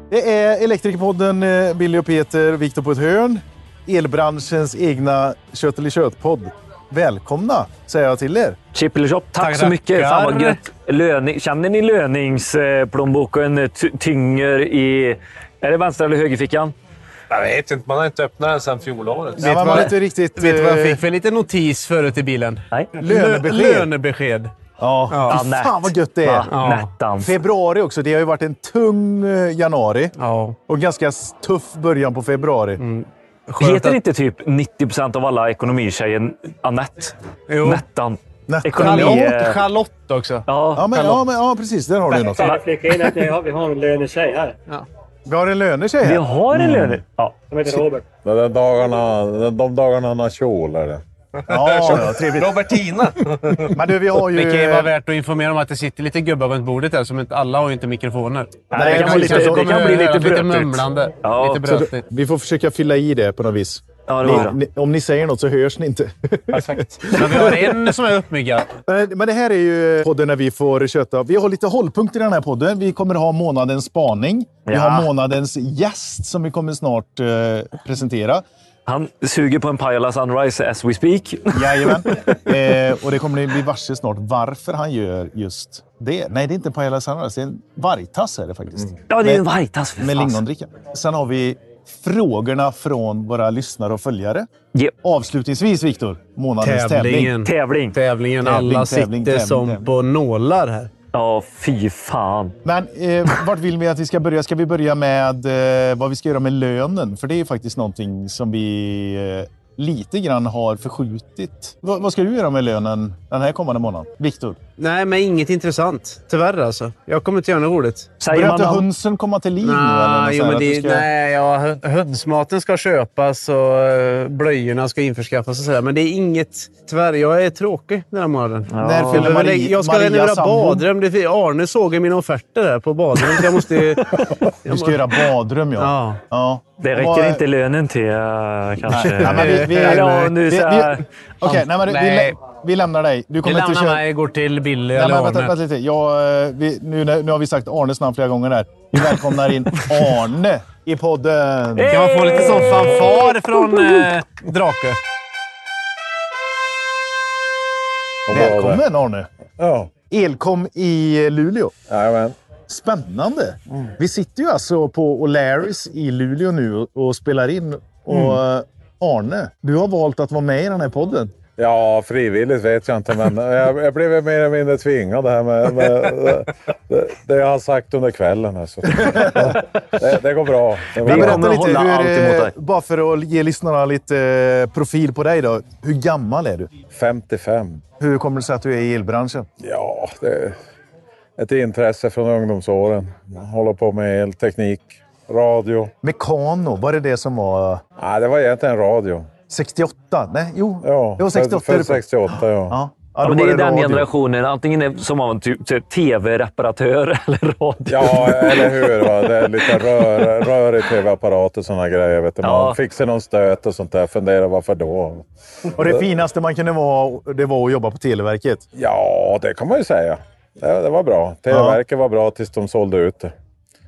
Det är Elektrikerpodden, Billy och Peter, Viktor på ett hörn. Elbranschens egna kött eller köttpodd. Välkomna, säger jag till er. Chippelishop, tack så mycket. Fan vad gött. Känner ni löningsplånboken tynger i... Är det vänster- eller högerfickan? Jag vet inte, man har inte öppnat den sedan fjolåret. Ja, man inte riktigt, vet du vad jag fick för lite notis förut i bilen? Nej. Lönebesked. Ja. Fan vad gött det är. Nättan. Februari också, det har ju varit en tung januari. Ja. Och ganska tuff början på februari. Heter inte typ 90% av alla ekonomitjejer Annette? Jo. Nettan. Charlotte också. Ja, precis. Där har du något. Jag flika in att vi har en lönetjej här. Ja. Vi har en lönetjej här. Vi har en löne. Ja. Som heter Robert. De dagarna han har kjol, är det. Ja, trevligt. Robertina! Men du, vi har ju... Det kan ju vara värt att informera om att det sitter lite gubbar runt bordet där, som inte alla har ju inte mikrofoner. Nej, det kan bli lite brötigt. Lite mumlande. Ja, lite brötigt. Vi får försöka fylla i det på något vis. Ja, det var bra. Om ni säger något så hörs ni inte. Perfekt. Men vi har en som är uppmyggad. Men det här är ju podden när vi får köta. Vi har lite hållpunkter i den här podden. Vi kommer ha månadens spaning. Vi har månadens gäst som vi kommer snart presentera. Han suger på en Pajala Sunrise as we speak. Jajamän. Och det kommer bli varse snart varför han gör just det. Nej, det är inte Pajala Sunrise. Det är en vargtass är det faktiskt. Ja, det är en vargtass. Med lingondricka. Sen har vi frågorna från våra lyssnare och följare. Yep. Avslutningsvis, Viktor, månadens tävling. Tävling. Alla sitter som på nålar här. Ja, fy fan. Men vart vill vi att vi ska börja? Ska vi börja med vad vi ska göra med lönen? För det är faktiskt någonting som vi lite grann har förskjutit. Vad ska du göra med lönen den här kommande månaden? Viktor? Nej, men inget intressant. Tyvärr alltså. Jag kommer inte göra något roligt. Börjar inte hönsen komma till liv nu? Hönsmaten ska köpas och blöjorna ska införskaffas och sådär. Men det är inget... Tyvärr, jag är tråkig den här månaden. Ja. När fyller jag ska renovera badrum. Arne såg mina offerter där på badrum. Jag måste du ska göra badrum, ja. Det räcker inte lönen till, kanske. Vi lämnar dig. Du kommer lämnar mig, går till Billy eller Arne. Vänta lite. Nu har vi sagt Arnes namn flera gånger där. Vi välkomnar in Arne i podden. Kan man få lite sån fanfar från Drake? Välkommen Arne. Ja. Elkom i Luleå. Jajamän. Spännande. Vi sitter ju alltså på O'Larrys i Luleå nu och spelar in. Och Arne, du har valt att vara med i den här podden. Ja, frivilligt vet jag inte, men jag blev mer eller mindre tvingad här med det jag har sagt under kvällen. Alltså. Det går bra. Berätta lite, bara för att ge lyssnarna lite profil på dig då. Hur gammal är du? 55. Hur kommer det sig att du är i elbranschen? Ja, det är ett intresse från ungdomsåren. Jag håller på med elteknik, radio. Mekano, var det som var... Nej, det var egentligen radio. 68? Nej, jo. Ja, det var 68. För 68, ja. Ja, men det är den generationen. Antingen som var en typ tv-reparatör eller radio. Ja, eller hur? Va? Det är lite rör i tv-apparater och sådana grejer. Vet du. Man fixar någon stöt och sånt där. Funderar varför då. Och det finaste man kunde vara, det var att jobba på Televerket? Ja, det kan man ju säga. Det var bra. Televerket var bra tills de sålde ut det.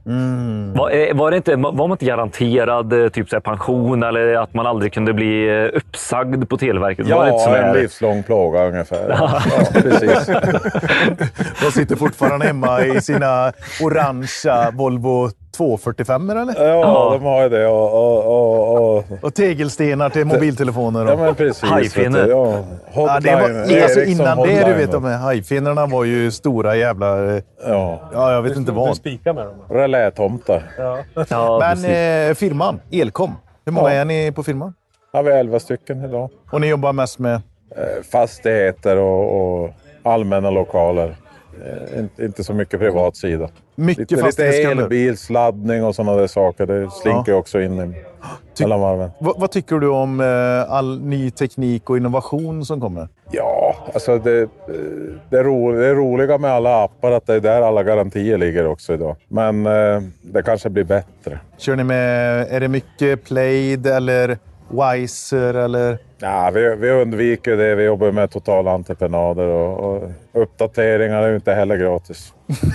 Var man inte garanterad typ så här pension eller att man aldrig kunde bli uppsagd på Televerket? Ja, var det inte så en livslång plåga ungefär. Ja, precis. De sitter fortfarande hemma i sina orangea Volvo 245 eller? Ja, de har ju det. Och tegelstenar till mobiltelefoner. Ja, men precis. Hajfinner. Ja, hotline. Det var, alltså innan hotline, det, du vet, de här hajfinnarna var ju stora jävla... Ja, jag vet inte vad. Du spikar med dem. Relätomtar. Ja, men firman, Elkom. Hur många är ni på firman? Ja, vi är 11 stycken idag. Och ni jobbar mest med? Fastigheter och allmänna lokaler. Inte så mycket privat sida. Lite elbilsladdning och sådana där saker. Det slinker också in i mellan varven. Vad tycker du om all ny teknik och innovation som kommer? Ja, alltså det är roliga med alla appar att det är där alla garantier ligger också idag. Men det kanske blir bättre. Kör ni med, är det mycket Plaid eller Wiser eller? Ja, vi undviker det. Vi jobbar med totala entreprenader och uppdateringar är ju inte heller gratis.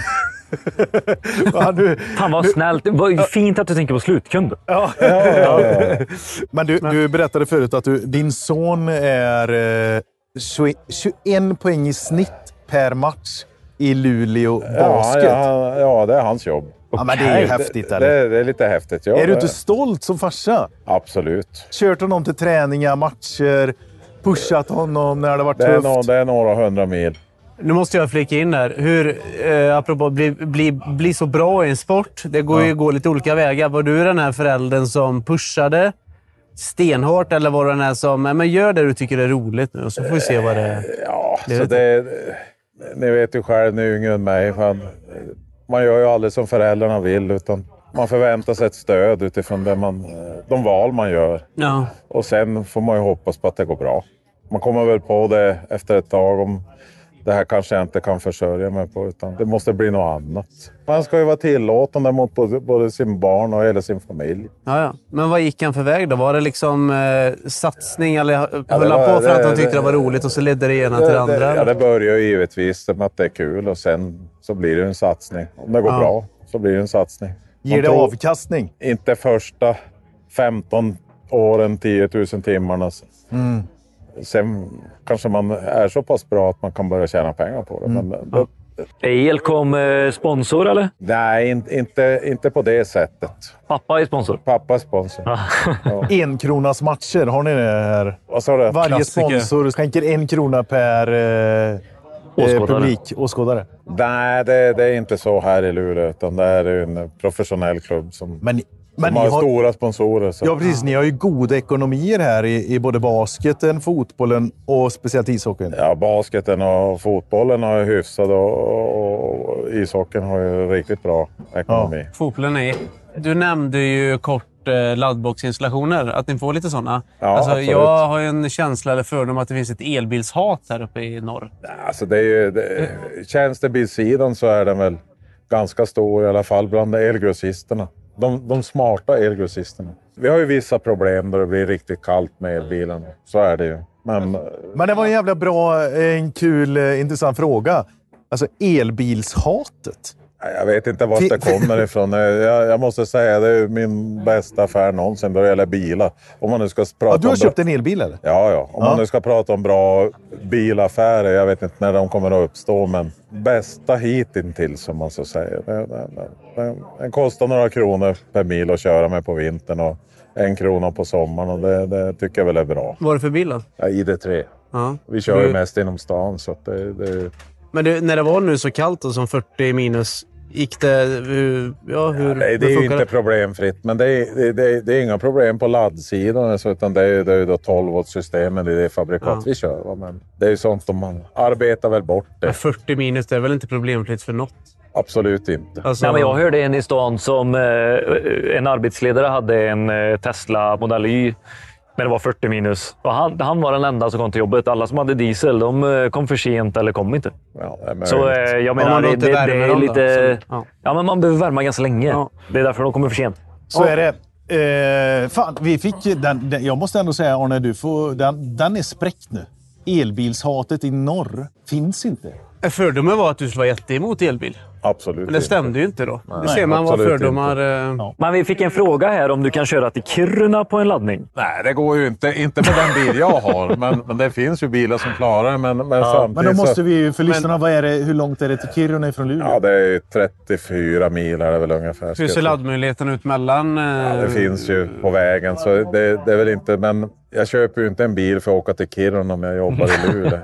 Fan vad snällt. Det var fint att du tänker på slutkund. Ja. Men du berättade förut att din son är 21 poäng i snitt per match i Luleå basket. Ja, det är hans jobb. Ja, men det är ju häftigt, eller? Det är lite häftigt, ja. Är du inte stolt som farsa? Absolut. Kört honom till träningar, matcher, pushat honom när det varit tufft? Det är några 100 mil. Nu måste jag flika in här. Hur, apropå bli så bra i en sport. Det går ju gå lite olika vägar. Var du den här föräldern som pushade stenhårt, eller var du den här som men gör det du tycker är roligt nu och så får vi se vad det är? Ja, ni vet ju själv, ni är yngre än mig. Man gör ju aldrig som föräldrarna vill, utan man förväntar sig ett stöd utifrån de val man gör. Ja. Och sen får man ju hoppas på att det går bra. Man kommer väl på det efter ett tag om det här kanske jag inte kan försörja mig på, utan det måste bli något annat. Man ska ju vara tillåtande mot både sin barn och hela sin familj. Ja. Men vad gick han för väg då? Var det liksom satsning eller höll han på för att han tyckte det var roligt och så ledde det ena till det andra? Ja, det börjar ju givetvis med att det är kul och sen så blir det en satsning. Om det går bra så blir det en satsning. Ger det avkastning? Inte första 15 åren, 10 000 timmarna. Sen kanske man är så pass bra att man kan börja tjäna pengar på det. Elcom sponsor, eller? Nej, inte på det sättet. Pappa är sponsor? Pappa är sponsor. Ja. 1 kronas matcher, har ni det här? Vad sa du? Varje sponsor skänker 1 krona per åskådare. Nej, det är inte så här i Luleå, utan det är en professionell klubb som... Men har stora sponsorer. Så. Ja, precis. Ni har ju goda ekonomier här i både basketen, fotbollen och speciellt ishockeyn. Ja, basketen och fotbollen har ju hyfsat och ishockeyn har ju riktigt bra ekonomi. Ja. Fotbollen är... Du nämnde ju kort laddboxinstallationer, att ni får lite sådana. Ja, alltså, jag har ju en känsla eller fördom att det finns ett elbilshat här uppe i norr. Alltså det är ju... Tjänstebilssidan så är den väl ganska stor, i alla fall bland elgrossisterna. De smarta elgrossisterna. Vi har ju vissa problem då det blir riktigt kallt med elbilen. Så är det ju. Men det var en jävla bra, en kul, intressant fråga. Alltså elbilshatet. Jag vet inte vart det kommer ifrån. Jag måste säga det är min bästa affär någonsin då det gäller bilar. Om man nu ska prata du har köpt en elbil eller? Ja. Om man nu ska prata om bra bilaffärer, jag vet inte när de kommer att uppstå, men bästa hitintills som man så säger. Den kostar några kronor per mil att köra med på vintern och 1 krona på sommaren, och det tycker jag väl är bra. Vad är det för bil då? Ja, ID3. Ja. Vi kör ju mest inom stan så att det... Men när det var nu så kallt och som 40 minus, gick det... hur det är ju inte problemfritt, men det är inga problem på laddsidan, utan det är ju då 12-volt-systemen i det fabrikat vi kör. Men det är ju sånt som man arbetar väl bort det. 40 minus, det är väl inte problemfritt för något? Absolut inte. Nej, men jag hörde en i stan som en arbetsledare hade en Tesla Model Y. Men det var 40 minus. Och han var den enda som kom till jobbet. Alla som hade diesel, de kom för sent eller kom inte. Ja, det är så jag menar, det är lite... Ja, men man behöver värma ganska länge. Ja. Det är därför de kommer för sent. Så är det. Fan, vi fick den, jag måste ändå säga, Arne, den är spräckt nu. Elbilshatet i norr finns inte. Fördomen var att du skulle vara jätteemot elbil. Absolut. Men det stämde ju inte då. Nu ser man vad fördomar... Ja. Men vi fick en fråga här om du kan köra till Kiruna på en laddning. Nej, det går ju inte med den bil jag har. Men det finns ju bilar som klarar det. Men då måste vi ju, för lyssnarna, hur långt är det till Kiruna ifrån Luleå? Ja, det är 34 mil är det väl ungefär. Hur ser laddmöjligheten ut mellan... Ja, det finns ju på vägen, så det är väl inte... Men jag köper ju inte en bil för att åka till Kiruna om jag jobbar i Luleå.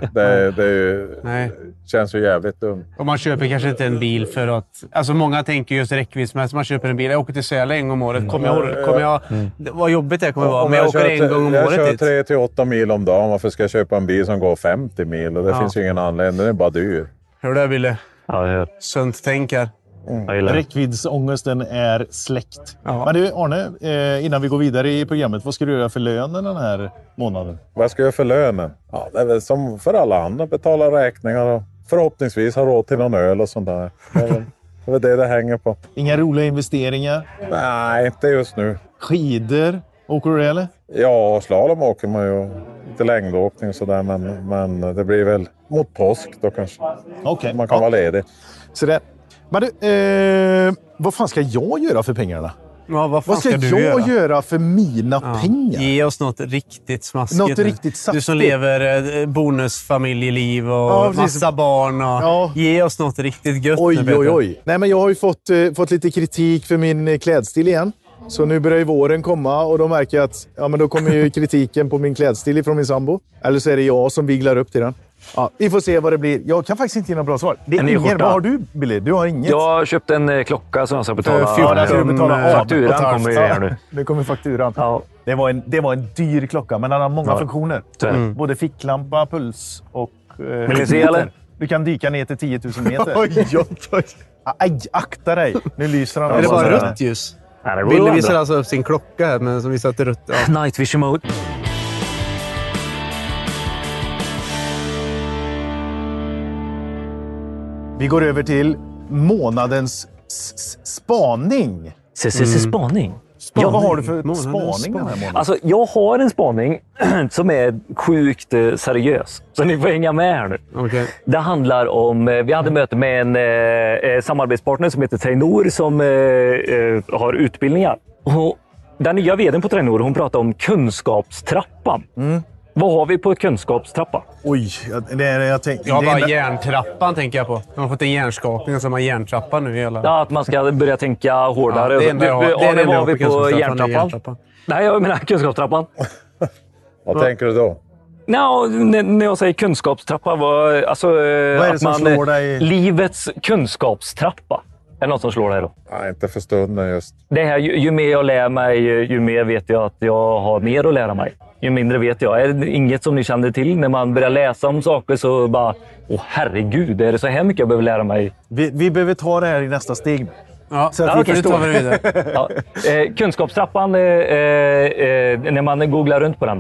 Det känns ju jävligt dumt. Och man köper kanske inte en bil för att... Alltså många tänker just räckviddsmässigt. Man köper en bil. Jag åker till Sälen en gång om året. Kommer jag vad jobbigt det kommer vara. Om jag åker en gång om året dit. Jag kör 3-8 mil om dagen. Varför ska jag köpa en bil som går 50 mil? Och det finns ju ingen anledning. Den är bara dyr. Hör du det, Wille? Ja, jag hör. Sunt tänk här. Räckviddsångesten är släckt. Ja. Men du, Arne, innan vi går vidare i programmet, vad ska du göra för lönen den här månaden? Vad ska jag göra för lönen? Ja, det är väl som för alla andra. Betala räkningar och förhoppningsvis ha råd till någon öl och sånt där. Det är det hänger på. Inga roliga investeringar? Nej, inte just nu. Skidor? Åker du det eller? Ja, slalom åker man ju. Lite längdåkning och sådär. Men det blir väl mot påsk då kanske. Okej. Man kan vara ledig. Så det. Men vad fan ska jag göra för pengarna? Ja, vad ska jag göra för mina pengar? Ge oss något riktigt smaskigt. Något riktigt saftigt. Du som lever bonusfamiljeliv och massa barn. Ge oss något riktigt gött. Oj. Nej, men jag har ju fått lite kritik för min klädstil igen. Så nu börjar ju våren komma och då märker jag att men då kommer ju kritiken på min klädstil från min sambo. Eller så är det jag som viglar upp till den. Ja, vi får se vad det blir. Jag kan faktiskt inte ge några bra svar. Det är ingen. Vad har du, Billy? Du har inget. Jag har köpt en klocka som jag ska betala. Fakturan kommer ju här nu. Nu kommer fakturan. Ja. Det var en dyr klocka, men den har många funktioner. Både ficklampa, puls och... Vill ni se, eller? Du kan dyka ner till 10 000 meter. Oj. Aj, akta dig. Nu lyser han. Är det bara rött ljus? Billy visar alltså upp sin klocka här, men som visar att det är rött. Ja. Night vision mode. Vi går över till månadens spaning. Spaning? Ja, vad har du för spaning den här månaden? Alltså, jag har en spaning som är sjukt seriös. Så ni får hänga med här nu. Okay. Det handlar om... Vi hade möte med en samarbetspartner som heter Trainor som har utbildningar. Och den nya vdn på Trainor, hon pratar om kunskapstrappan. Vad har vi på kunskapstrappa? Oj, jag tänkte... Jag bara järntrappan tänker jag på. Man har fått en hjärnskakning och så har man järntrappan nu hela... Ja, att man ska börja tänka hårdare. Ja, det är det vad vi på järntrappan? Nej, jag menar kunskapstrappan. Vad tänker du då? När jag säger kunskapstrappa, vad är det som slår dig? Livets kunskapstrappa. Är det något som slår dig då? Nej, inte för stunden just. Det här, ju mer jag lär mig, ju mer vet jag att jag har mer att lära mig. Ju mindre vet jag. Är det inget som ni känner till? När man börjar läsa om saker så bara... Herregud, är det så här mycket jag behöver lära mig? Vi behöver ta det här i nästa steg. Ja, så att vi förstår det vidare. Kunskapstrappan, när man googlar runt på den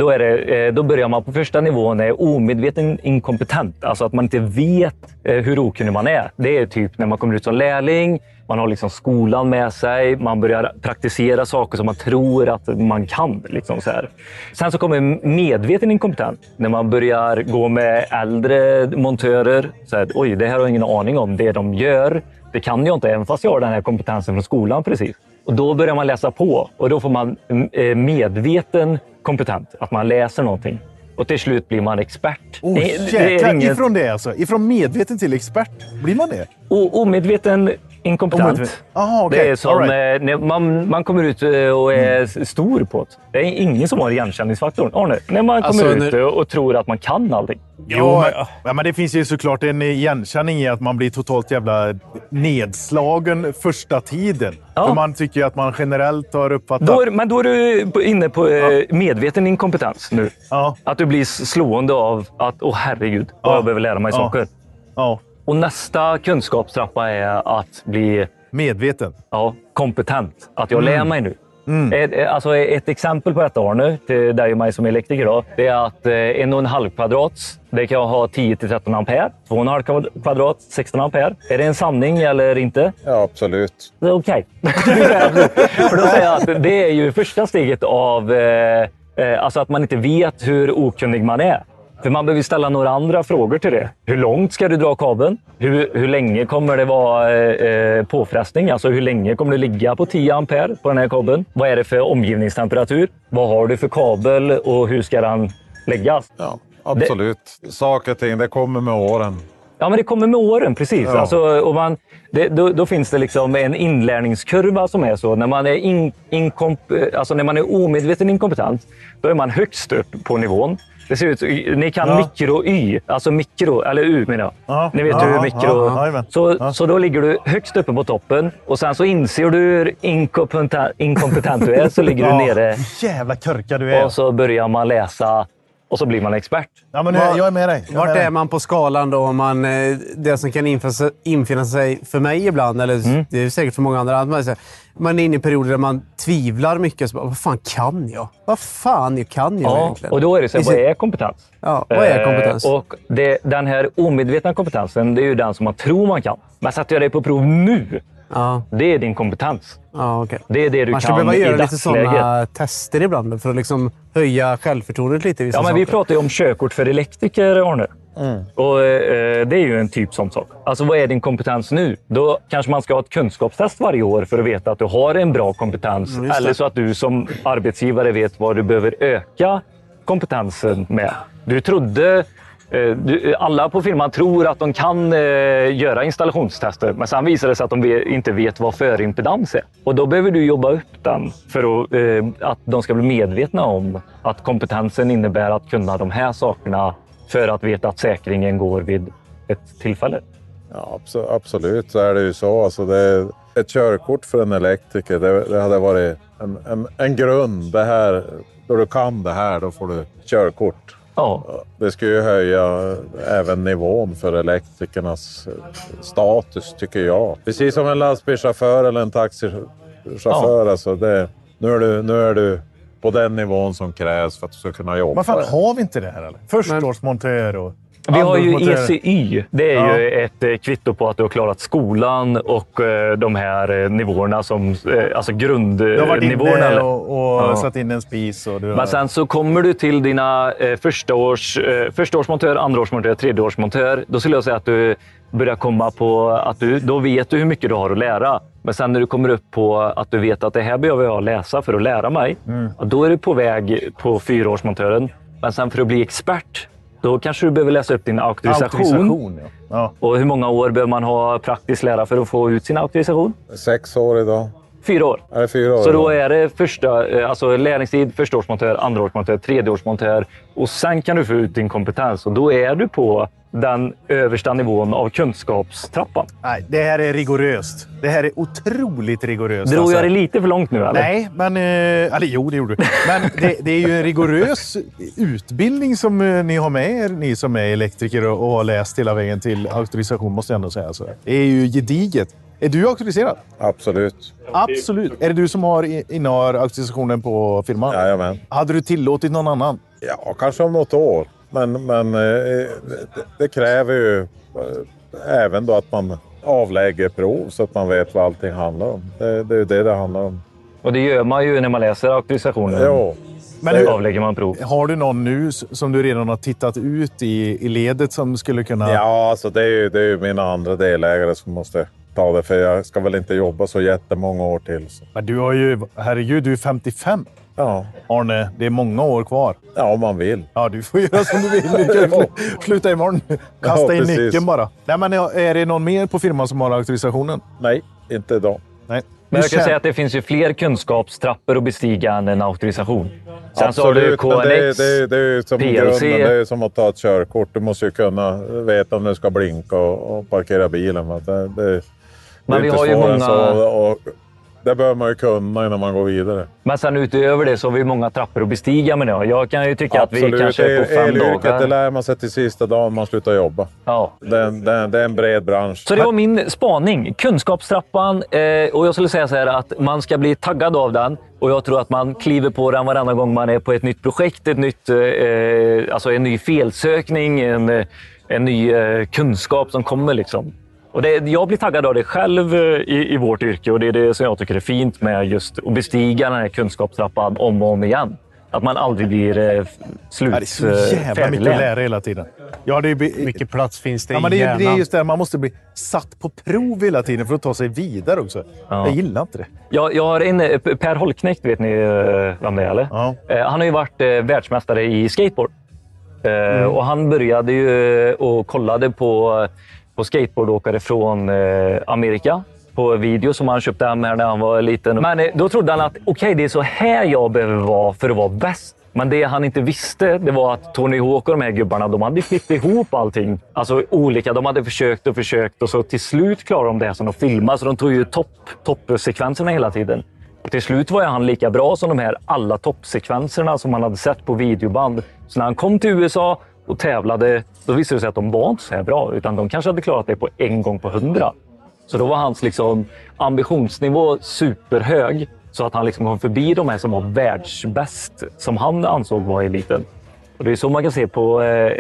då börjar man på första nivån är omedveten inkompetent. Alltså att man inte vet hur okunnig man är. Det är typ när man kommer ut som lärling, man har liksom skolan med sig, man börjar praktisera saker som man tror att man kan. Liksom så här. Sen så kommer medveten inkompetent. När man börjar gå med äldre montörer. Så här, oj, det här har jag ingen aning om. Det de gör, det kan jag inte, även fast jag har den här kompetensen från skolan precis. Och då börjar man läsa på och då får man medveten kompetent. Att man läser någonting. Och till slut blir man expert. Ifrån det alltså? Ifrån medveten till expert? Blir man det? Omedveten inkompetent. Aha, okay. Det är som när man kommer ut och är stor på det. Det är ingen som har igenkänningsfaktorn. Arne, när man kommer ut och tror att man kan allting. Men det finns ju såklart en igenkänning i att man blir totalt jävla nedslagen första tiden. Ja. För man tycker att man generellt har uppfattat... Men då är du inne på medveten inkompetens nu. Ja. Att du blir slående av att, herregud, jag behöver lära mig saker. Ja. Och nästa kunskapstrappa är att bli... medveten. Ja, kompetent. Att jag lär mig nu. Alltså ett exempel på detta, Arne, till dig och mig som elektriker då, det är att 1,5 kvadrats, det kan jag ha 10-13 ampere. 2,5 kvadrat, 16 ampere. Är det en sanning eller inte? Ja, absolut. Okej. För då säger jag att det är ju första steget av alltså att man inte vet hur okunnig man är. För man behöver ställa några andra frågor till det. Hur långt ska du dra kabeln? Hur länge kommer det vara påfrestning? Alltså hur länge kommer du ligga på 10 ampere på den här kabeln? Vad är det för omgivningstemperatur? Vad har du för kabel och hur ska den läggas? Ja, absolut. Saker och ting, det kommer med åren. Ja, men det kommer med åren, precis. Ja. Alltså, och då finns det liksom en inlärningskurva som är så. När man är, när man är omedveten inkompetent, då är man högst upp på nivån. Det ser ut, ni kan mikro-y, alltså mikro, eller u menar jag. Ni vet hur mikro... Så då ligger du högst uppe på toppen och sen så inser du hur inkompetent du är, så ligger du nere. Jävla körka du är. Och så börjar man läsa och så blir man expert. Ja, men jag är med dig. Vart är man på skalan då? Om man, det som kan infinna sig för mig ibland, eller det är säkert för många andra. Man är inne i perioder där man tvivlar mycket. Så bara, vad fan kan jag? Vad fan kan jag egentligen? Och då är det så här, vad är kompetens? Ja, vad är kompetens? Och den här omedvetna kompetensen, det är ju den som man tror man kan. Men sätter jag dig på prov nu, det är din kompetens. Ja, okay. Det är det du man kan behöva i göra dagsläget. Lite sådana tester ibland för att liksom höja självförtroendet lite. Ja, men vi pratar ju om körkort för elektriker, Arne. Och det är ju en typ sån sak. Alltså vad är din kompetens nu? Då kanske man ska ha ett kunskapstest varje år för att veta att du har en bra kompetens. Eller så att du som arbetsgivare vet vad du behöver öka kompetensen med. Du trodde... alla på firman tror att de kan göra installationstester, men sen visar det sig att de inte vet vad förimpedans är. Och då behöver du jobba upp den för att de ska bli medvetna om att kompetensen innebär att kunna de här sakerna för att veta att säkringen går vid ett tillfälle. Ja, absolut, så är det ju så. Alltså ett körkort för en elektriker, det hade varit en grund. Det här, då du kan det här, då får du körkort. Ja. Det ska ju höja även nivån för elektrikernas status, tycker jag. Precis som en lastbilschaufför eller en taxichaufför. Alltså nu är du på den nivån som krävs för att du ska kunna jobba. Men fan, har vi inte det här eller? Förstårsmontör och... Vi har ju ECY. Det är ju ett kvitto på att du har klarat skolan och de här nivåerna som alltså grundnivåerna. Du har varit inne och satt in en spis. Och Men sen så kommer du till dina förstaårsmontör, andraårsmontör, tredjeårsmontör. Då skulle jag säga att du börjar komma på att då vet du hur mycket du har att lära. Men sen när du kommer upp på att du vet att det här behöver jag läsa för att lära mig. Då är du på väg på 4-årsmontören. Men sen för att bli expert, då kanske du behöver läsa upp din auktorisation. Ja. Och hur många år behöver man ha praktisk lära för att få ut sin auktorisation? 6 år idag. 4 år. Är det 4 år? Så då är det alltså lärlingstid, förstaårsmontör, andraårsmontör, tredjeårsmontör. Och sen kan du få ut din kompetens. Och då är du på den översta nivån av kunskapstrappan. Nej, det här är rigoröst. Det här är otroligt rigoröst. Drog jag det lite för långt nu, eller? Nej, men... Eller jo, det gjorde du. Men det är ju en rigorös utbildning som ni har med er, ni som är elektriker och har läst hela vägen till auktorisation, måste jag ändå säga. Så det är ju gediget. Är du auktoriserad? Absolut. Absolut. Är det du som innehar auktorisationen på firman? Jajamän. Hade du tillåtit någon annan? Ja, kanske om något år. Men det kräver ju även då att man avlägger prov så att man vet vad allting handlar om. Det är ju det handlar om. Och det gör man ju när man läser auktorisationen. Jo. Men nu avlägger man prov. Har du någon nu som du redan har tittat ut i ledet som skulle kunna... Ja, alltså det är ju mina andra delägare som måste ta det. För jag ska väl inte jobba så jättemånga år till. Så. Men du har ju... Herregud, du är 55. Ja. Arne, det är många år kvar. Ja, om man vill. Ja, du får göra som du vill. Du kan sluta imorgon. Kasta in nyckeln bara. Nej, men är det någon mer på firman som har auktorisationen? Nej, inte idag. Nej. Men jag kan säga att det finns ju fler kunskapstrappor att bestiga än en auktorisation. Sen absolut, så har du KNX, det är ju som PLC. grunden, det är som att ta ett körkort. Du måste ju kunna veta om du ska blinka och parkera bilen. Men vi har ju många... Det bör man ju kunna innan man går vidare. Men sen utöver det så har vi många trappor att bestiga med det. Jag kan ju tycka absolut, att vi kanske är på 5 dagar. Det lär man sig till sista dagen man slutar jobba. Ja. Det är en bred bransch. Så det var min spaning. Kunskapstrappan. Och jag skulle säga så här att man ska bli taggad av den. Och jag tror att man kliver på den varenda gång man är på ett nytt projekt. Alltså en ny felsökning. En ny kunskap som kommer liksom. Och jag blir taggad av det själv i vårt yrke och det är det som jag tycker är fint med just att bestiga den här kunskapstrappan om och om igen. Att man aldrig blir det är så jävla mycket att lära hela tiden. Ja, mycket plats finns det i men det är just det, man måste bli satt på prov hela tiden för att ta sig vidare också. Ja. Jag gillar inte det. Jag har Per Holknekt, vet ni vem det är eller? Ja. Han har ju varit världsmästare i skateboard. Och han började ju och kollade på skateboardåkare från Amerika på video som han köpte hem här när han var liten. Men då trodde han att okej, det är så här jag behöver vara för att vara bäst. Men det han inte visste, det var att Tony Hawk och de här gubbarna, de hade klippt ihop allting. Alltså olika, de hade försökt och så till slut klarade de det som de filmade. Så de tog ju toppsekvenserna hela tiden. Och till slut var han lika bra som de här alla toppsekvenserna som man hade sett på videoband. Så när han kom till USA och tävlade, då visade det sig att de var inte så här bra. Utan de kanske hade klarat det på 1 gång på 100. Så då var hans liksom ambitionsnivå superhög. Så att han liksom kom förbi de här som var världsbäst. Som han ansåg var eliten. Och det är så man kan se på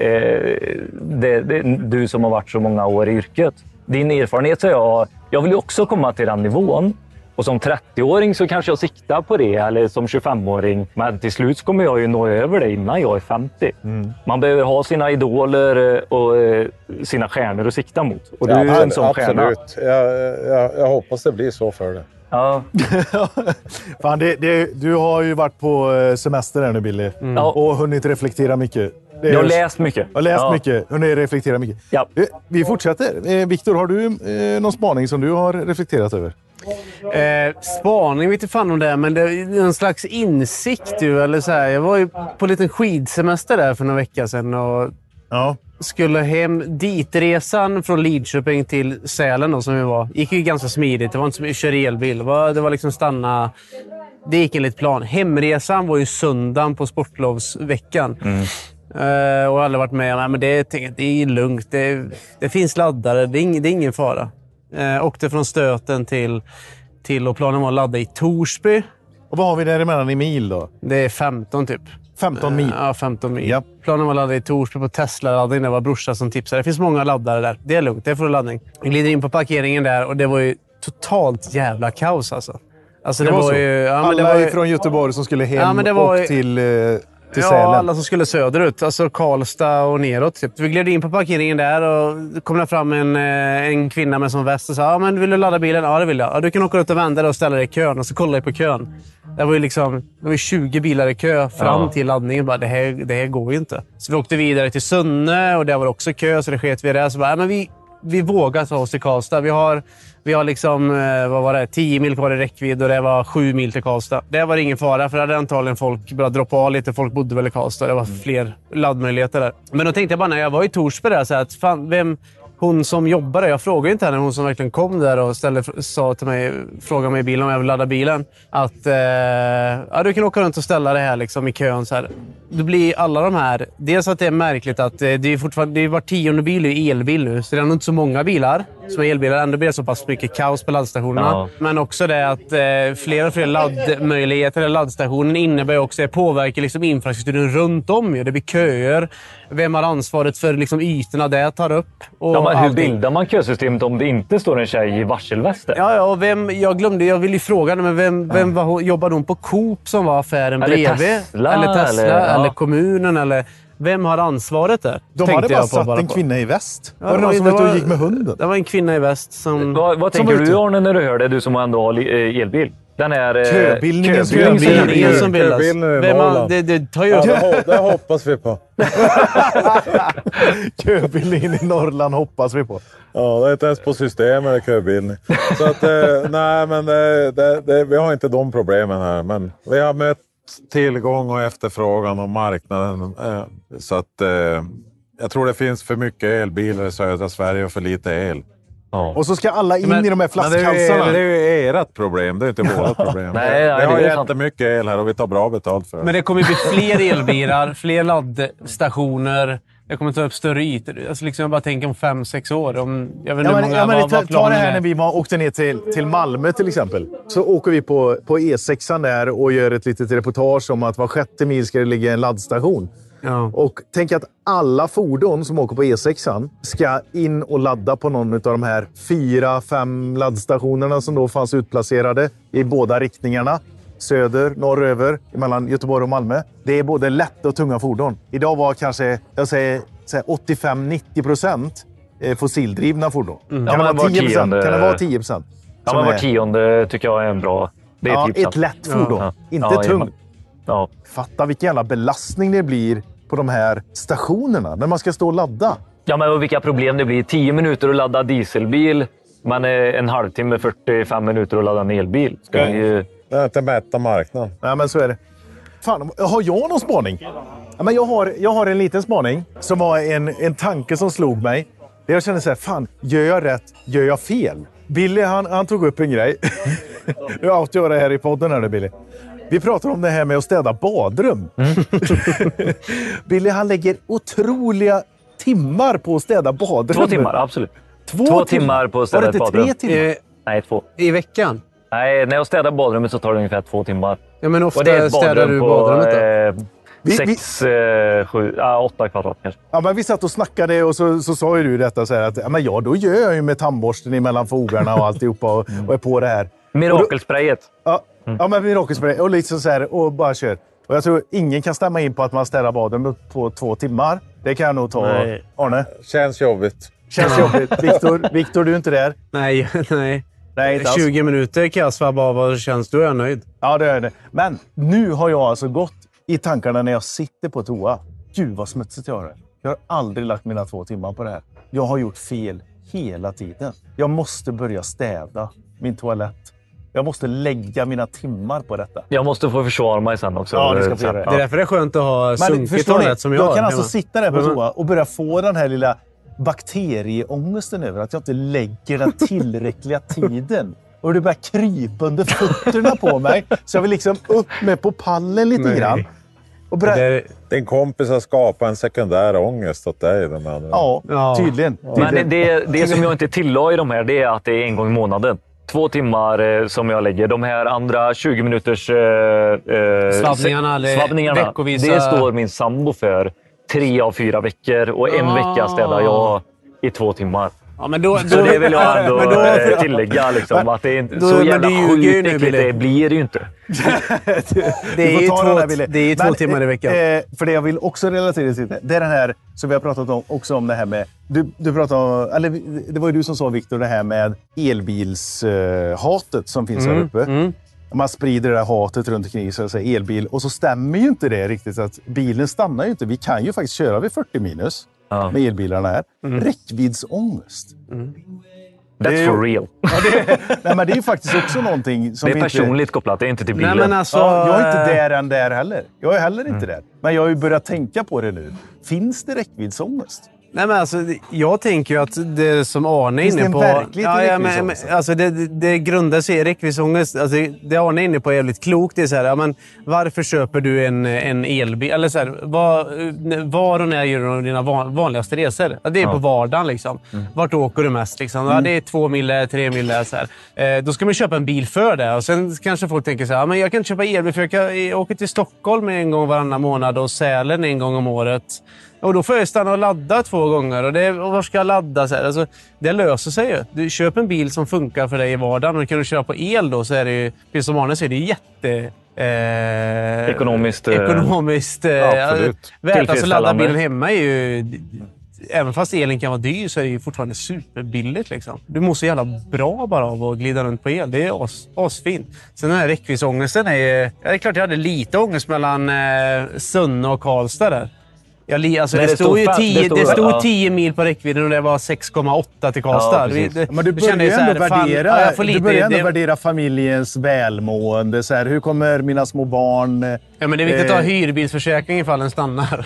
du som har varit så många år i yrket. Din erfarenhet, så jag vill ju också komma till den nivån. Och som 30-åring så kanske jag siktar på det, eller som 25-åring. Men till slut kommer jag ju nå över det innan jag är 50. Man behöver ha sina idoler och sina stjärnor att sikta mot. Och du är en sån stjärna. Absolut. Jag hoppas det blir så för det. Ja. Fan, du har ju varit på semester här nu, Billy. Och hunnit reflektera mycket. Jag har läst mycket. Jag har läst mycket. Hunnit reflektera mycket. Ja. Vi fortsätter. Viktor, har du någon spaning som du har reflekterat över? Spaning vet inte fan om det är, men det är en slags insikt eller så här. Jag var ju på en liten skidsemester där för några veckor sedan och skulle hem. Ditresan från Lidköping till Sälen då, som vi var, gick ju ganska smidigt. Det var inte så mycket köra elbil. Det var liksom stanna. Det gick enligt plan. Hemresan var ju söndagen på sportlovsveckan. Och alla varit med. Men det är lugnt. Det finns laddare. Det är ingen fara. Åkte från Stöten till och planen var att ladda i Torsby. Och vad har vi däremellan i mil då? Det är 15 typ. 15 mil? Ja, 15 mil. Ja. Planen var att ladda i Torsby på Tesla-laddning. Det var brorsa som tipsade. Det finns många laddare där. Det är lugnt, det är för laddning. Vi glider in på parkeringen där och det var ju totalt jävla kaos alltså. Det var ju, alla från Göteborg som skulle hem och till Sälen. Ja, alla som skulle söderut. Alltså Karlstad och neråt. Typ. Vi gled in på parkeringen där och kom där fram en kvinna med som väst och sa men vill du ladda bilen? Ja, det vill jag. Ja, du kan åka ut och vända dig och ställa dig i kön. Och så kolla på kön. Det var 20 bilar i kö fram till laddningen. Bara, det här går ju inte. Så vi åkte vidare till Sunne och där var också kö så det sket vi där. Så bara, men vi vågar ta oss till Karlstad. Vi har liksom, 10 mil kvar i räckvidd och det var 7 mil till Karlstad. Det var ingen fara för det hade antagligen folk börjat droppa av lite. Folk bodde väl i Karlstad. Det var fler laddmöjligheter där. Men då tänkte jag bara när jag var i Torsby där så att fan, hon som jobbade, jag frågade inte henne, hon som verkligen kom där och sa till mig, frågade mig i bilen om jag vill ladda bilen. Att du kan åka runt och ställa det här liksom i kön så här. Det blir alla de här, dels att det är märkligt att det är var 10:e bil är elbil nu, så det är nog inte så många bilar som är elbilar, ändå blir det så pass mycket kaos på laddstationerna. Ja. Men också det att fler och fler laddmöjligheter eller laddstationen innebär också, påverkar liksom infrastrukturen runt om. Det blir köer, vem har ansvaret för liksom ytorna det tar upp? Och men hur bildar man kösystemet om det inte står en tjej i varselvästen? Ja, och jag ville ju fråga, men vem jobbade hon på Coop som var affären bredvid? Eller Tesla, eller kommunen, eller vem har ansvaret där? De hade bara satt en kvinna i väst. Var det någon som var ute och gick med hunden? Det var en kvinna i väst som... Vad tänker du, Arne, när du hör det? Du som ändå har elbil. Den är köbildningen som bildas. Det tar ju... Det hoppas vi på. Köbildningen i Norrland hoppas vi på. Ja, det är inte ens på system eller köbildning. Så att, nej, men vi har inte de problemen här. Men vi har mött tillgång och efterfrågan och marknaden. Så att jag tror det finns för mycket elbilar i södra Sverige och för lite el. Ja. Och så ska alla in i de här flaskhalsarna. Det är ju ert problem, det är inte vårt problem. Nej, vi har jättemycket el här och vi tar bra betalt för det. Men det kommer bli fler elbilar, fler laddstationer. Jag kommer ta upp större ytor. Alltså liksom jag bara tänker om 5-6 år. Jag vet inte ta det här när vi åkte ner till Malmö till exempel. Så åker vi på E6 där och gör ett litet reportage om att var 6:e mil ska det ligga en laddstation. Ja. Och tänk att alla fordon som åker på E6 ska in och ladda på någon av de här 4-5 laddstationerna som då fanns utplacerade i båda riktningarna. Söder, norröver, mellan Göteborg och Malmö. Det är både lätta och tunga fordon. Idag var kanske, jag säger 85-90% fossildrivna fordon. Kan det vara 10%? Kan det vara 10%? Ja, men var tionde tycker jag är en bra... Det är ett lätt fordon. Inte tungt. Ja. Fatta vilken jävla belastning det blir på de här stationerna när man ska stå och ladda. Ja, men vilka problem det blir. 10 minuter att ladda dieselbil, men en halvtimme, 45 minuter att ladda en elbil. Det är inte mätta marknaden. Nej, men så är det. Fan, har jag någon spaning? Ja, men jag har en liten spaning som var en tanke som slog mig. Jag kände så här, fan, gör jag rätt? Gör jag fel? Billy, han tog upp en grej. Du har alltid göra det här i podden här, Billy. Vi pratar om det här med att städa badrum. Billy, han lägger otroliga timmar på att städa badrum. 2 timmar, absolut. 2 timmar på att städa ett badrum. Var det inte 3 timmar? Nej, 2. I veckan? Nej, när jag städar badrummet så tar det ungefär 2 timmar. Ja, men ofta städar du badrummet då? 8 kvadrat kanske. Ja, men vi satt och snackade och så sa ju du detta så här att då gör jag ju med tandborsten mellan fogarna och alltihopa och är på det här. Mirakelsprayet. Ja, men mirakelspray. Och liksom så här, och bara kör. Och jag tror ingen kan stämma in på att man ställer baden på 2 timmar. Det kan jag nog ta. Nej. Arne? Känns jobbigt. Känns jobbigt. Viktor, du är inte där? Nej. Nej, inte 20 minuter kan jag svabba av och känns, då är jag nöjd. Ja, det är det. Men nu har jag alltså gått i tankarna när jag sitter på toa. Gud vad smutsigt jag har det. Jag har aldrig lagt mina 2 timmar på det här. Jag har gjort fel hela tiden. Jag måste börja städa min toalett. Jag måste lägga mina timmar på detta. Jag måste få försvara mig sen också. Ja, det ska bli det. Det är därför det är skönt att ha sunkigt toalett som jag kan alltså sitta där på toa och börja få den här lilla bakterieångesten över att jag inte lägger den tillräckliga tiden. Och det börjar krypa under fötterna på mig. Så jag vill liksom upp med på pallen lite grann. Och Din kompis har skapat en sekundär ångest åt dig. Ja, tydligen. Men det som jag inte tillade i de här, det är att det är en gång i månaden. 2 timmar som jag lägger. De här andra 20 minuters svabbningarna, det står min sambo för 3 av 4 veckor. Och en vecka städar jag i 2 timmar. Ja, men då, så det vill jag ändå tillägga. Liksom, att det är inte så jävla sjukt det blir det ju inte. Det är ju 2 timmar i veckan. För det jag vill också relatera till det är den här som vi har pratat om, också om det här med... Du pratade om, eller det var ju du som sa, Viktor, det här med elbilshatet som finns här uppe. Man sprider det där hatet runt omkring sig och säger elbil. Och så stämmer ju inte det riktigt. Att bilen stannar ju inte. Vi kan ju faktiskt köra vid 40 minus med elbilarna här. Räckviddsångest. That's for real. Nej, men det är ju faktiskt också någonting som det är personligt kopplat, det är inte till bilen. Nej, men alltså, jag är inte där än där heller. Jag är heller inte där. Men jag har ju börjat tänka på det nu. Finns det räckviddsångest? Nej, men alltså, jag tänker ju att det som Arne är inne på... Alltså det grundar sig i räckviddsångest. Alltså, det Arne är inne på är jävligt klokt. Det är så här, men varför köper du en elbil? Eller så här, var och när gör du dina vanligaste resor? Ja, det är på vardagen liksom. Vart åker du mest liksom? Ja, det är 2 mil, 3 mil så här. Då ska man köpa en bil för det. Och sen kanske folk tänker så här, men jag kan inte köpa elbil för jag åker till Stockholm en gång varannan månad och Sälen en gång om året. Och då får jag stanna och ladda 2 gånger. Och var ska jag ladda? Så här? Alltså, det löser sig ju. Du köper en bil som funkar för dig i vardagen. Och kan du köra på el då så är det ju... Precis som Arne säger, det är jätte... ekonomiskt värt. Alltså ladda bilen hemma är ju... Även fast elen kan vara dyr så är det ju fortfarande superbilligt liksom. Du mår så jävla bra bara av att glida runt på el. Det är asfint. Sen den här räckviddsångesten är ju... Ja, det är klart jag hade lite ångest mellan Sunne och Karlstad där. Alltså det stod 10 mil på räckvidden och det var 6,8 till Karlstad. Men du börjar ändå värdera familjens välmående. Så här, hur kommer mina små barn... Ja, men det är viktigt att ha hyrbilsförsäkring ifall den stannar.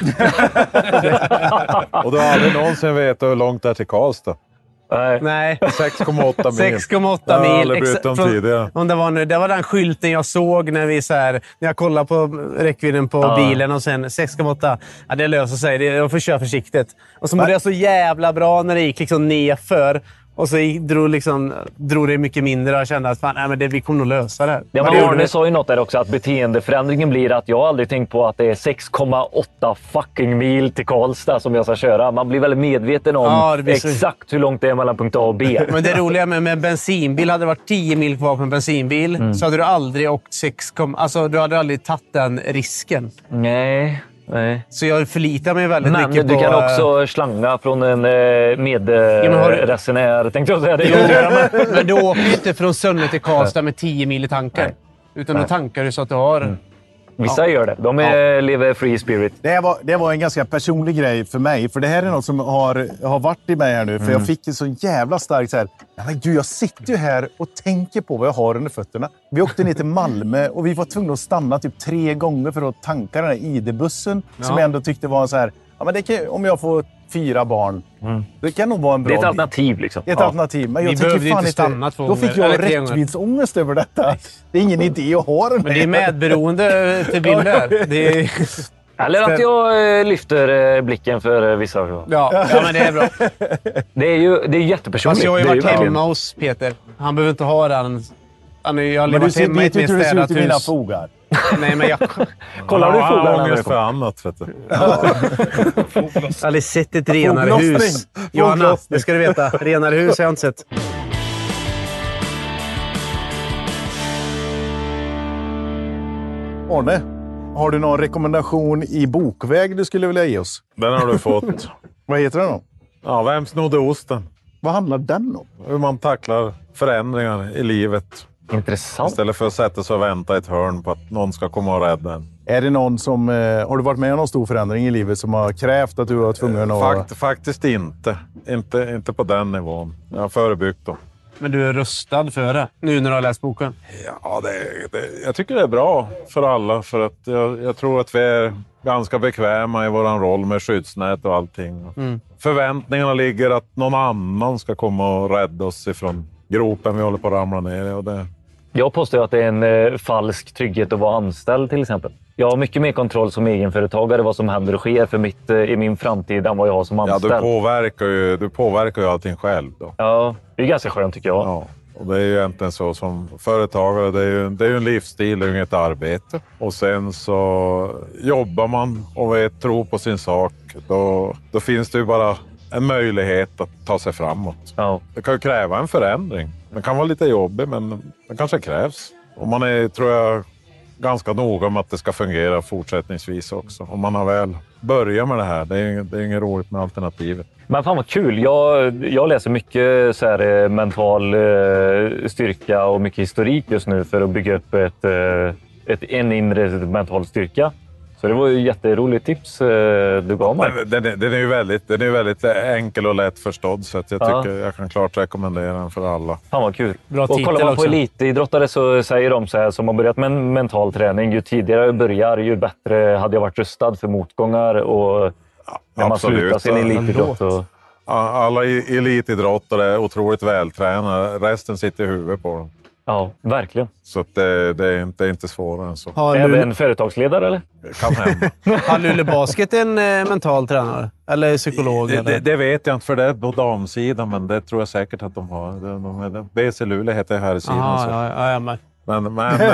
Och du har aldrig någonsin vetat hur långt det är till Karlstad. Nej. 6,8 mil. 6,8 mil. Jag har aldrig brytt om tidigare. Det var den skylten jag såg när när jag kollade på räckvidden på bilen och sen 6,8. Ja, det löser sig. Jag får köra försiktigt. Och så mådde jag så jävla bra när det gick liksom nerför. Och så drog det mycket mindre och jag kände att vi kommer nog lösa det här. Ja, men Arne sa ju något där också, att beteendeförändringen blir att jag aldrig tänkt på att det är 6,8 fucking mil till Karlstad som jag ska köra. Man blir väldigt medveten om exakt hur långt det är mellan punkt A och B. Men det roliga med en bensinbil, hade det varit 10 mil kvar på en bensinbil så hade du aldrig åkt du hade aldrig tagit den risken. Nej. Så jag förlitar mig väldigt mycket på... Men du kan också slanga från en medresenär, tänkte jag säga. Men du åker inte från Sunne till Karlstad med 10 mil i tanken. Utan du tankar du så att du har... Vissa gör det. De lever free spirit. Det var en ganska personlig grej för mig. För det här är något som har varit i mig här nu. För jag fick en så jävla starkt så här... Men gud, jag sitter ju här och tänker på vad jag har under fötterna. Vi åkte ner till Malmö och vi var tvungna att stanna typ 3 gånger för att tanka den här ID-bussen. Som jag ändå tyckte var så här... Ja, men det kan, om jag får 4 barn. Det kan nog vara en bra... Det är ett alternativ liksom. Ett alternativ. Men jag behövde inte stanna 2 gånger. Då fick jag räckviddsångest över detta. Det är ingen idé att ha den. Men det är medberoende till bilder. Eller att jag lyfter blicken för vissa. Ja, men det är bra. Det är jättepersonligt. Fast jag har ju varit hemma hos Peter. Han behöver inte ha den. Men du ser inte hur det ser ut i mina fogar. Nej, men jag... Kollar du fogarna? Ångest för annat, vet du. Jag har aldrig sett ett renare hus. Johanna, det ska du veta. Renare hus har jag inte sett. Arne, har du någon rekommendation i bokväg du skulle vilja ge oss? Den har du fått. Vad heter den då? Ja, Vem snodde osten? Vad handlar den om? Hur man tacklar förändringar i livet. Intressant. Istället för att sätta sig och vänta i ett hörn på att någon ska komma och rädda en. Är det någon som... har du varit med om någon stor förändring i livet som har krävt att du var tvungen att... Faktiskt inte. Inte på den nivån. Jag har förebyggt dem. Men du är rustad för det, nu när du har läst boken? Ja, jag tycker det är bra för alla. För att jag tror att vi är ganska bekväma i våran roll med skyddsnät och allting. Förväntningarna ligger att någon annan ska komma och rädda oss ifrån gropen vi håller på att ramla ner i. Och det... Jag påstår att det är en falsk trygghet att vara anställd till exempel. Jag har mycket mer kontroll som egenföretagare vad som händer och sker för i min framtid än vad jag har som anställd. Ja, du påverkar ju allting själv då. Ja, det är ganska skönt tycker jag. Ja, och det är ju egentligen så som företagare, det är ju en livsstil, det är ju inget arbete. Och sen så jobbar man och tror på sin sak, då finns det ju bara en möjlighet att ta sig framåt. Ja. Det kan ju kräva en förändring. Den kan vara lite jobbig, men den kanske krävs. Och man är, tror jag, ganska noga om att det ska fungera fortsättningsvis också. Om man har väl börjat med det här. Det är inget roligt med alternativet. Men fan vad kul. Jag läser mycket så här, mental styrka och mycket historik just nu för att bygga upp en inre mental styrka. Så det var ju ett jätteroligt tips du gav mig. Den är ju väldigt enkel och lätt förstådd, så att jag tycker jag kan klart rekommendera den för alla. Fan vad kul. Bra och kollar man på elitidrottare så säger de så här, som har börjat med en mental träning, ju tidigare jag börjar, ju bättre hade jag varit rustad för motgångar och när man slutar sin elitidrott. Alla elitidrottare är otroligt vältränade. Resten sitter i huvudet på dem. Ja, verkligen. Så att det är inte svårare än så. Även företagsledare, eller? Kan hända. Har Luleå Basket en mental tränare? Eller psykolog? Det vet jag inte, för det är på damsidan, men det tror jag säkert att de har. BC Luleå heter här i sidan. Ja. Men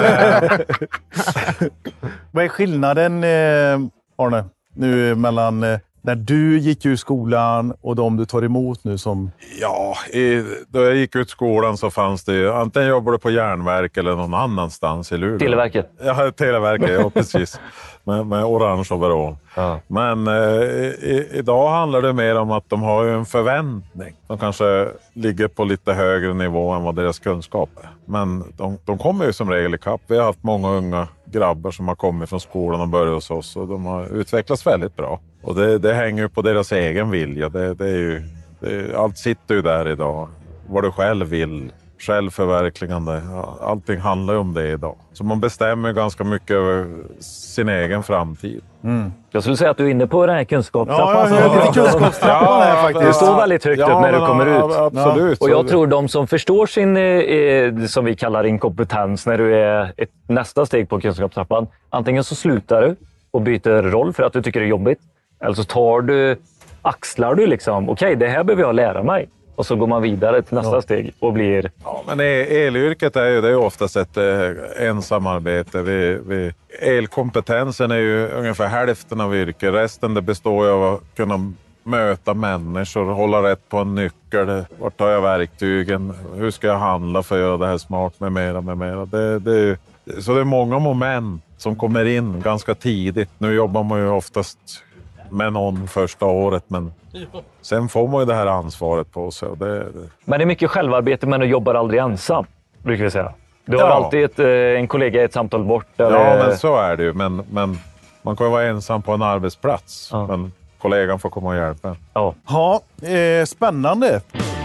Vad är skillnaden, Arne, nu mellan när du gick ur skolan och de du tar emot nu som... Ja, då jag gick ut skolan så fanns det ju... Antingen jobbade på järnverk eller någon annanstans i Luleå. Televerket. Ja, Televerket, ja precis. med orange overall. Ja. Men idag handlar det mer om att de har ju en förväntning. De kanske ligger på lite högre nivå än vad deras kunskap är. Men de kommer ju som regel i kapp. Vi har haft många unga grabbar som har kommit från skolan och börjat hos oss. Och de har utvecklats väldigt bra. Och det hänger ju på deras egen vilja. Allt sitter ju där idag. Vad du själv vill. Självförverkligande. Allting handlar ju om det idag. Så man bestämmer ganska mycket över sin egen framtid. Jag skulle säga att du är inne på den här kunskapstrappan. Ja, jag hör lite kunskapstrappan här faktiskt. Du står väldigt högt upp när du kommer ut. Absolut. Och jag tror de som förstår sin, som vi kallar inkompetens, när du är nästa steg på kunskapstrappan. Antingen så slutar du och byter roll för att du tycker det är jobbigt. Eller så axlar du liksom, okej, det här behöver jag lära mig. Och så går man vidare till nästa steg och blir... Ja, men elyrket är ju oftast ett ensamarbete. Elkompetensen är ju ungefär hälften av yrket. Resten det består av att kunna möta människor, hålla rätt på en nyckel. Vart tar jag verktygen? Hur ska jag handla för att göra det här smart med mera? Så det är många moment som kommer in ganska tidigt. Nu jobbar man ju oftast med någon första året, men sen får man ju det här ansvaret på sig. Men det är mycket självarbete, men du jobbar aldrig ensam, brukar vi säga. Du har alltid en kollega i ett samtal bort. Eller... Ja, men så är det ju. Men man kan ju vara ensam på en arbetsplats. Ja. Men kollegan får komma och hjälpa. Ja, spännande.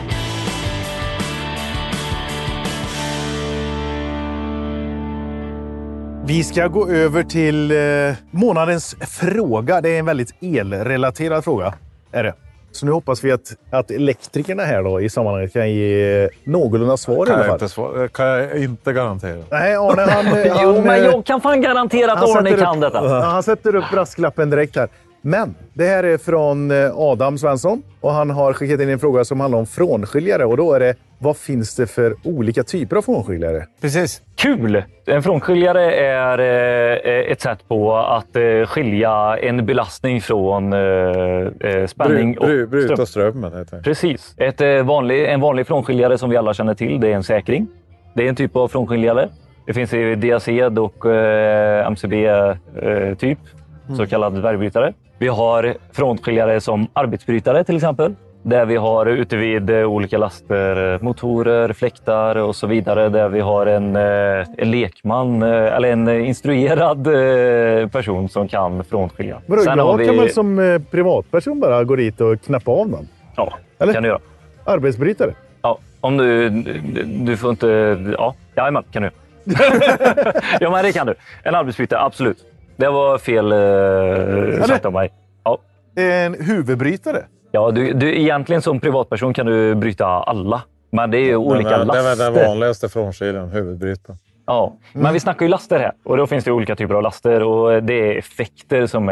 Vi ska gå över till månadens fråga. Det är en väldigt elrelaterad fråga, är det. Så nu hoppas vi att elektrikerna här då i sammanhanget kan ge någorlunda svar i alla fall. Kan jag inte garantera. Nej, Arne, jo, men jag kan fan garantera att Arne kan detta. Han sätter upp brasklappen direkt här. Men det här är från Adam Svensson och han har skickat in en fråga som handlar om frånskiljare. Och då är det, vad finns det för olika typer av frånskiljare? Precis. Kul! En frånskiljare är ett sätt på att skilja en belastning från spänning och bryta strömmen. Precis. En vanlig frånskiljare som vi alla känner till, det är en säkring. Det är en typ av frånskiljare. Det finns i diazed och MCB-typ, så kallad dvärgbrytare. Vi har frontskiljare som arbetsbrytare till exempel. Där vi har ute vid olika laster, motorer, fläktar och så vidare. Där vi har en lekman eller en instruerad person som kan frontskilja. Vadå, kan man som privatperson bara gå dit och knappa av den? Ja, eller? Kan du göra. Arbetsbrytare? Ja, om du får inte... Ja, jajamän, kan du. Ja, men det kan du. En arbetsbrytare, absolut. Det var fel sagt av mig. Ja. En huvudbrytare? Ja, du egentligen som privatperson kan du bryta alla. Men det är ju olika laster. Det är den vanligaste frånskiljaren, huvudbrytaren. Ja, men vi snackar ju laster här. Och då finns det olika typer av laster. Och det är effekter som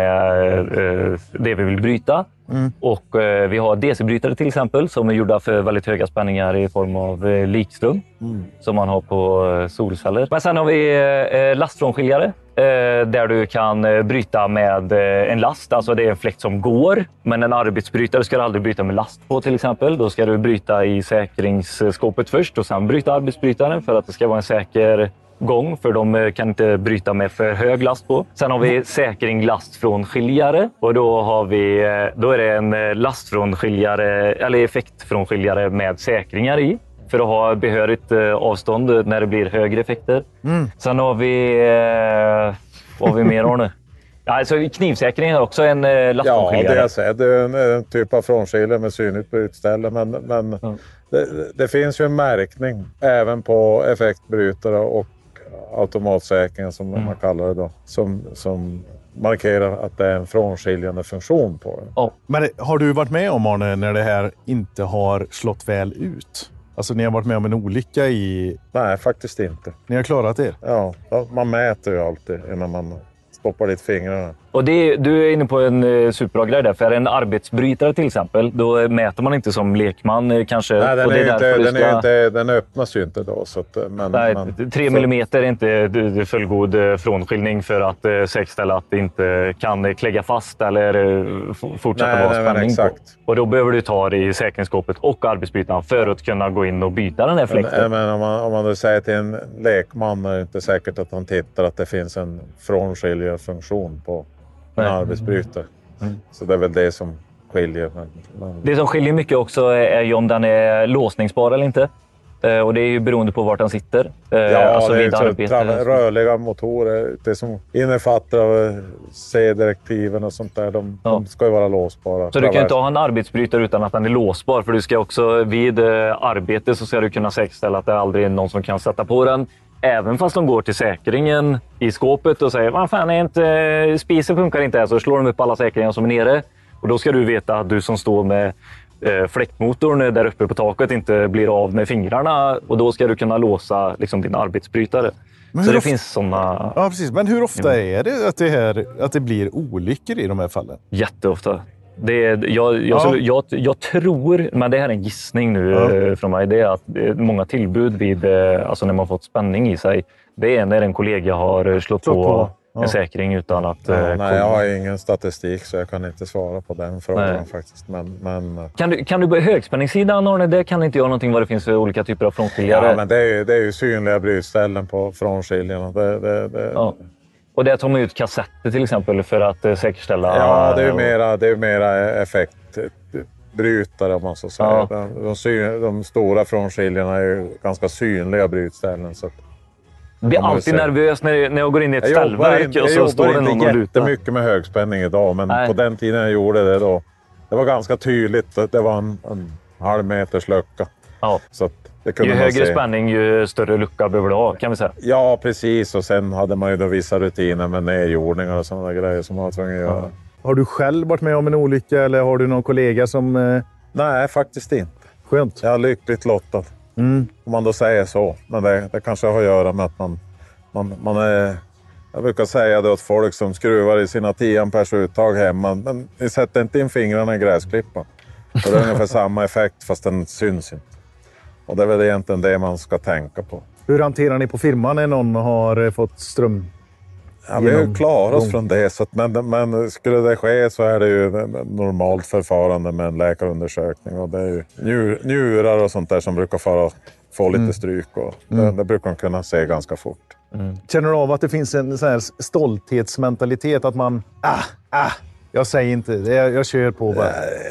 är det vi vill bryta. Och vi har DC-brytare till exempel som är gjorda för väldigt höga spänningar i form av likström. Som man har på solceller. Men sen har vi lastfrånskiljare. Där du kan bryta med en last. Alltså det är en fläkt som går. Men en arbetsbrytare ska du aldrig bryta med last på till exempel. Då ska du bryta i säkringsskåpet först och sen bryta arbetsbrytaren för att det ska vara en säker gång. För de kan inte bryta med för hög last på. Sen har vi säkring lastfrånskiljare. Och då är det en lastfrånskiljare eller effektfrånskiljare med säkringar i. För att ha behörigt avstånd när det blir högre effekter. Sen har vi... vad har vi mer av nu? Alltså knivsäkring är också en lastfrånskiljare. Ja, det är en typ av frånskiljare med synligt brytställe. Men det finns ju en märkning även på effektbrytare och automatsäkringen som man kallar det då. Som markerar att det är en frånskiljande funktion på den. Oh. Men har du varit med om, Arne, när det här inte har slått väl ut? Alltså ni har varit med om en olycka i... Nej, faktiskt inte. Ni har klarat er? Ja, man mäter ju alltid innan man stoppar dit fingrarna. Och du är inne på en superbra grej där. För en arbetsbrytare till exempel, då mäter man inte som lekman kanske. Nej, den öppnas ju inte då. Så att, 3 millimeter är inte fullgod frånskiljning för att säkerställa att det inte kan klägga fast eller fortsätta vara spänning exakt. Och då behöver du ta det i säkringsskåpet och arbetsbrytaren för att kunna gå in och byta den här fläkten. Men om man då säger till en lekman är det inte säkert att han tittar att det finns en frånskiljarfunktion på en arbetsbrytare. Så det är väl det som skiljer. Det som skiljer mycket också är ju om den är låsningsbar eller inte. Och det är ju beroende på vart den sitter. Alltså det är rörliga motorer. Det som innefattar av C-direktiven och sånt där. De ska ju vara låsbara. Så du kan inte ha en arbetsbrytare utan att den är låsbar. För du ska också vid arbete så ska du kunna säkerställa att det aldrig är någon som kan sätta på den. Även fast de går till säkringen i skåpet och säger vad fan är inte spisen funkar inte här, så slår de upp alla säkringar som är nere. Och då ska du veta att du som står med fläktmotorn där uppe på taket inte blir av med fingrarna. Och då ska du kunna låsa liksom din arbetsbrytare. Så det finns sådana... Ja, precis. Men hur ofta är det att det blir olyckor i de här fallen? Jätteofta. Jag tror, men det här är en gissning nu från mig, det är att många tillbud vid, alltså när man fått spänning i sig, det är när en kollega har slått på en säkring utan att... Nej, jag har ingen statistik så jag kan inte svara på den frågan faktiskt. Men... Kan du på högspänningssidan, Arne, det kan inte göra någonting vad det finns för olika typer av frånskiljare? Ja, men det är ju synliga brytställen på frånskiljarna. Och det tar man ut kassetter till exempel för att säkerställa... Ja, det är mera effektbrytare om man så säger. Ja. De stora frånskiljarna är ju ganska synliga brytställen. Så jag blir alltid nervös när jag går in i ett ställverk och så står det någon och lutar. Jag jobbar inte jättemycket med högspänning idag, men på den tiden jag gjorde det då, det var ganska tydligt att det var en halv meters lucka. Ja. Så att ju högre spänning, ju större lucka behöver du ha, kan vi säga. Ja, precis. Och sen hade man ju då vissa rutiner med nedjordningar och sådana grejer som man var tvungen att göra. Har du själv varit med om en olycka eller har du någon kollega som... Nej, faktiskt inte. Skönt. Jag är lyckligt lottad. Om man då säger så. Men det kanske har att göra med att man är... Jag brukar säga det åt folk som skruvar i sina 10 ampers uttag hemma. Men ni sätter inte in fingrarna i gräsklippan. Det är ungefär samma effekt fast den syns inte. Och det är väl egentligen det man ska tänka på. Hur hanterar ni på firman när någon har fått ström? Ja, vi har ju klarat oss från det. Så att, men skulle det ske så är det ju normalt förfarande med en läkarundersökning. Och det är ju njurar och sånt där som brukar få lite stryk. Och det brukar man kunna se ganska fort. Känner du av att det finns en sån här stolthetsmentalitet att man... jag säger inte. Jag kör på bara.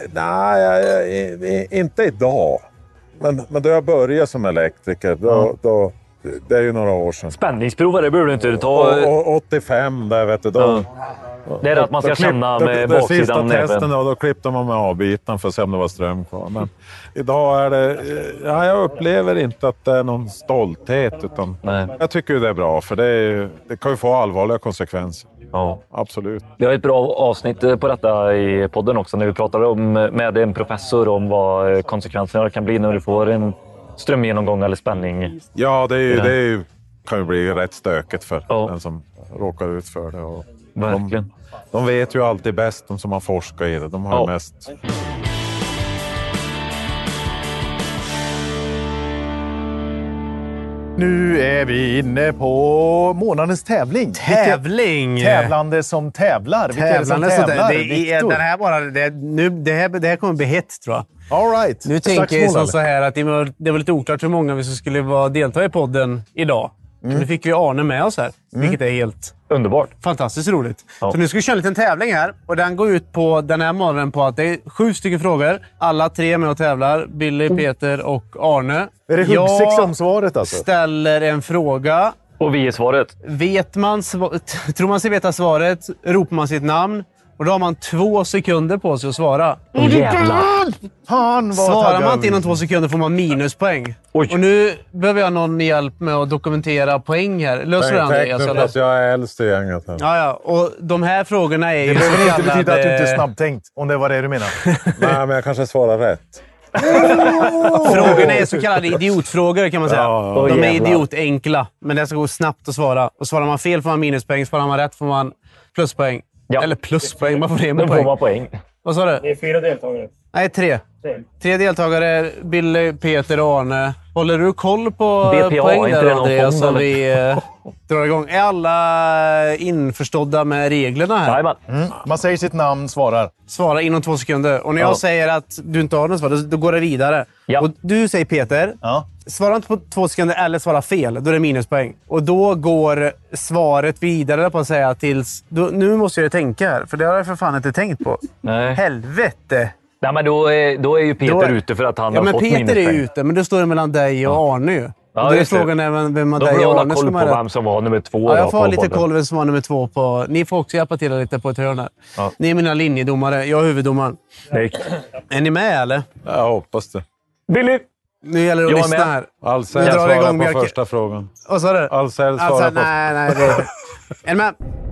Nej, inte idag. Men då jag började som elektriker, då det är ju några år sedan. Spänningsprovare behöver du inte ta. 85 där, vet du. Då, det är att man ska känna med baksidan sista testen då klippte man med avbiten för att se om det var ström kvar. Men idag är det... Ja, jag upplever inte att det är någon stolthet. Utan jag tycker ju det är bra, för det kan ju få allvarliga konsekvenser. Ja. Absolut. Vi har ett bra avsnitt på detta i podden också när vi pratar med en professor om vad konsekvenserna kan bli när du får en strömgenomgång eller spänning. Ja, det kan ju bli rätt stökigt för den som råkar ut för det. Och verkligen. De vet ju alltid bäst, de som har forskat i det. De har ju mest... Nu är vi inne på månadens tävling. Tävling! Tävlande som tävlar. Vilka är det som tävlar? Det här kommer bli hett, tror jag. All right. Nu tänker jag så här att det var lite oklart hur många vi skulle delta i podden idag. Nu fick vi Arne med oss här, vilket är helt underbart. Fantastiskt roligt. Ja. Så nu ska vi köra en liten tävling här. Och den går ut på den här morgonen på att det är 7 stycken frågor. Alla 3 är med och tävlar. Billy, Peter och Arne. Är det huggsex om svaret alltså? Ställer en fråga. Och vi är svaret. Tror man sig veta svaret, ropar man sitt namn. Och då har man 2 sekunder på sig att svara. Svarar man inte inom 2 sekunder får man minuspoäng. Oj. Och nu behöver jag någon hjälp med att dokumentera poäng här. Löser du Andreas? Jag är äldst i gänget här. Ja. Och de här frågorna är ju... Det behöver inte betyda att du inte är snabbtänkt, om det var det du menar. Nej, men jag kanske svarar rätt. Frågorna är så kallade idiotfrågor, kan man säga. De är idiotenkla, men det ska gå snabbt att svara. Och svarar man fel får man minuspoäng, svarar man rätt får man pluspoäng. Ja. Eller pluspoäng, man får det med poäng. Vad sa du? Det är 4 deltagare. Nej, 3. 3 deltagare, Billy, Peter och Arne. Håller du koll på BPA, poäng där, Andreas, som vi drar igång? Är alla införstådda med reglerna här? Man säger sitt namn, Svara inom 2 sekunder. Och när jag säger att du inte har något svar, då går det vidare. Ja. Och du säger Peter, svara inte på 2 sekunder eller svara fel, då är det minuspoäng. Och då går svaret vidare på att säga tills... nu måste jag tänka här, för det har jag för fan inte tänkt på. Nej. Helvete! Nej, men då är ju Peter ute för att han har fått minuspoäng. Ja, men Peter är ute, men då står det mellan dig och Arne ju. Ja, då är frågan vem man dig och Arne ska man... Vem som var nummer 2. Ja, jag får ha lite koll vem som var nummer 2 på... Ni får också hjälpa till lite på ett hörn här. Ja. Ni är mina linjedomare, jag är huvuddomaren. Är ni med, eller? Jag hoppas det. Billy! Nu gäller det att lyssna här. Alcell svarar på första frågan. Vad sa du? Alcell svarar på... Nej. Är ni med?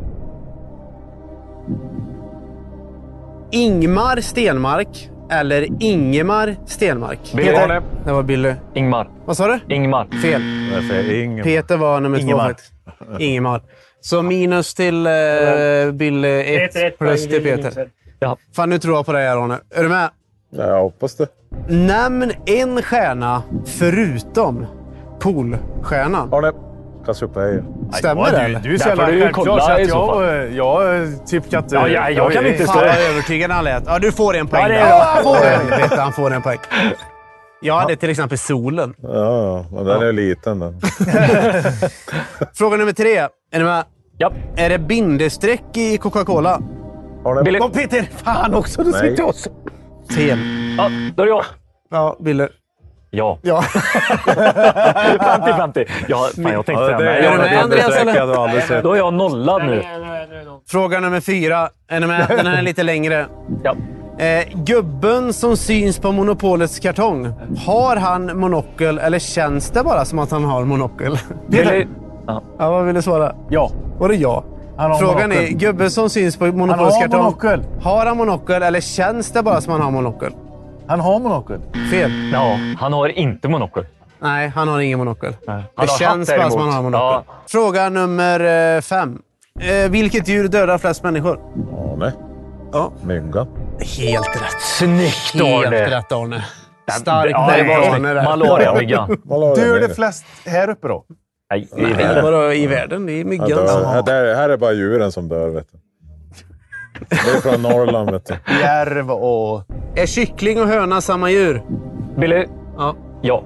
Ingmar Stenmark eller Ingemar Stenmark? Peter. Det var Billy. Ingmar. Vad sa du? Ingmar. Fel. Ingemar. Peter var nummer 2. Ingemar. Så minus till Billy 1 plus till Peter. Ja. Fan, nu tror jag på dig här, Arne. Är du med? Ja, jag hoppas det. Nämn en stjärna förutom Polstjärnan. Arne. Cassiopeia. Stämmer det, eller? Du är så jävla självklart så att jag typ inte... Jag kan inte stå. Fan, vad övertygande han lät. Ja, du får en poäng. Han får en poäng. Ja, det är till exempel solen. Ja, men den är liten den. Fråga nummer 3. Är ni med? Ja. Är det bindestreck i Coca-Cola? Billy. Kom Peter! Fan också, du sitter oss. Fel. Ja, då är det jag. Ja, Billy. Ja. 50-50. Ja, fan, jag tänkte det med Andreas, eller? Då är jag nollad nu. Fråga nummer 4. Är ni med? Den här är lite längre. Ja. Gubben som syns på Monopolets kartong. Har han monokel eller känns det bara som att han har monokel? Billy. Ja, vad vill du svara? Ja. Var det ja? Frågan är, gubben som syns på Monopolets kartong. Monokel. Har han monokel eller känns det bara som att han har monokel? Han har monokel. Fel. Ja, han har inte monokel. Nej, han har ingen monokel. Nej. Det känns bara som att han har monokel. Ja. Fråga nummer 5. Vilket djur dödar flest människor? Arne. Ja. Myggan. Helt rätt. Snyggt, Arne. Helt rätt, Arne. Starkt Arne. Malaria-myggan. Dör det flest här uppe då? Nej, i världen. Det är myggan. Här är bara djuren som dör, vet du. Det är från Norrland, vet du. Järv och... Är kyckling och höna samma djur? Billy? Ja. Ja.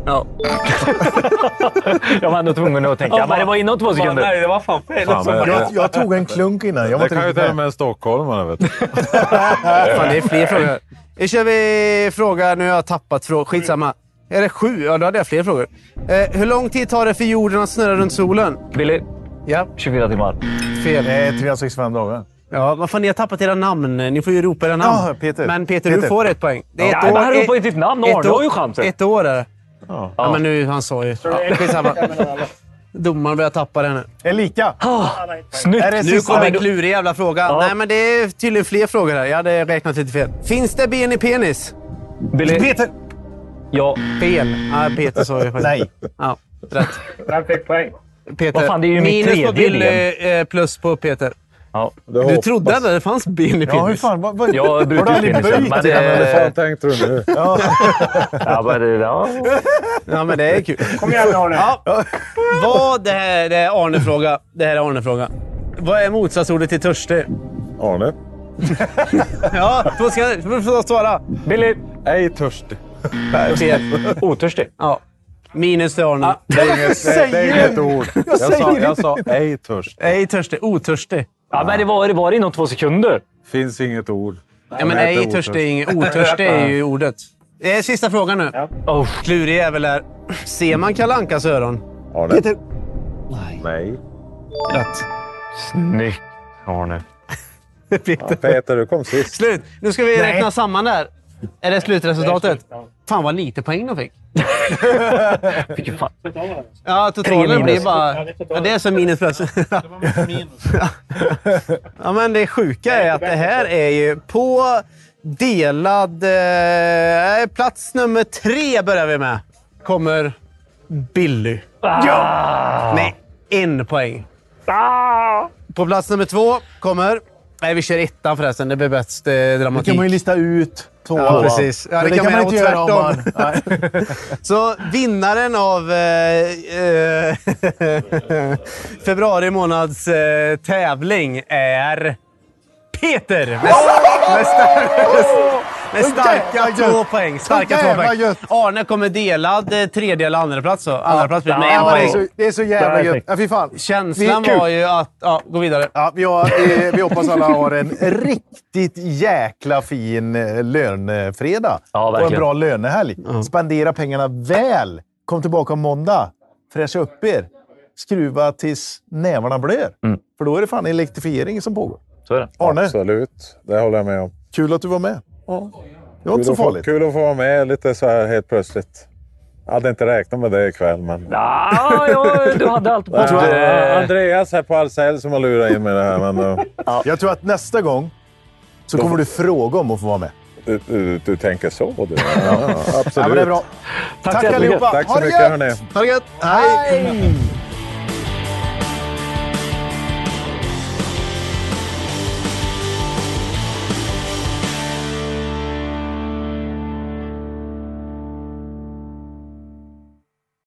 Ja. Jag var ändå tvungen att tänka. Men det var inom 2 sekunder. Nej, det var fan fel. Jag tog en klunk innan. Jag var Det inte kan ju riktigt till och med. med en stockholmare, vet du. Fan, det är fler frågor. Nu kör vi fråga. Nu har jag tappat frågor. Skitsamma. Är det 7? Ja, då hade jag fler frågor. Hur lång tid tar det för jorden att snurra runt solen? Billy, Ja, 24 timmar. fel. 365 dagar. Ja, vad fan, ni har tappat era namn. Ni får ju ropa era namn. Ja, Peter. Men Peter, du får 1 poäng. Det är Ja, men han ropar ju ditt namn. Arne har ju chansen. 1 år är det. Ja. Men nu, han sa ju. Ja, skitsamma. Domaren börjar tappa det nu. Är lika. Snyggt! Är det Nu sista? kommer en klurig jävla fråga. Ja. Nej, men det är tydligen fler frågor här. Jag hade räknat lite fel. Finns det ben i penis? Billy, Peter! ja. Fel. Ja, Peter sa ju faktiskt. Nej. Ja, rätt. Vem fick poäng? Peter. Vad fan, det är ju mitt minus på tredje Billy, plus på Peter. Ja. Du trodde att det fanns ben i Ja, hur penis? fan? Jag har bryter du aldrig penisen, böjt men det? Men vad det... fan tänkte du nu? Ja, Ja, men det är kul. Kom igen Arne. Ja. Det här är Arne-fråga. Det här är Arne-fråga. Vad är motsatsordet till törstig? Arne? Ja, du får svara. Billy, Ej törstig. Fel. otörstig. Ja. Minus till Arne. Det är inget ord. Jag sa ej törstig. Ej törstig. Otörstig. Ja, men det var inom 2 sekunder. Finns inget ord. Ja, men ej törstig är inget. Otörstig är ju ordet. Det är sista frågan nu. Oh. Klurig är väl där. Ser man Kalle Ankas öron? Arne? Peter. Nej. Rätt. Snyggt, Arne. Peter. Peter, du kom sist. Slut. Nu ska vi räkna samman där. Är det slutresultatet? Fan vad lite poäng de fick. Vilken fan. Ja, totalen blir bara... Ja, det är så minus plus. Ja, men det sjuka är att det här är ju på delad... plats nummer 3 börjar vi med. Kommer Billy. Ja! Nej, 1 poäng. På plats nummer 2 kommer... Nej, vi kör 1 förresten. Det blir bäst Det dramatik. kan man ju lista ut. 2. Ja, precis. Ja, Men det kan man inte göra om man... Nej. Så vinnaren av februari månads tävling är Peter med starka 2 poäng. Starka 2 poäng. Arne kommer delad 3:e eller 2:a plats. Andra plats blir med 1 poäng. Det är så jävla gött. Ja, fy fan. Känslan Kul. var ju att... Ja, gå vidare. Ja, vi hoppas alla har en riktigt jäkla fin lönefredag. Ja, och en verkligen. bra lönehelg. Spendera pengarna väl. Kom tillbaka om måndag. Fräscha upp er. Skruva tills nävarna blöder. För då är det fan elektrifiering som pågår. Så är det. Arne, Absolut, det håller jag med om. kul att du var med. Det var inte så farligt. Kul att få vara med lite så här helt plötsligt. Jag hade inte räknat med det ikväll, men... Ja, du hade allt på. Andreas här på Ahlsell som har lurat in med det här, men... Jag tror att nästa gång så kommer du fråga om att få vara med. Du tänker så, du? Ja, absolut. Ja, men det är bra. Tack så allihopa. Tack så Ha det mycket, gött. hörni. Ha det gött! Hej!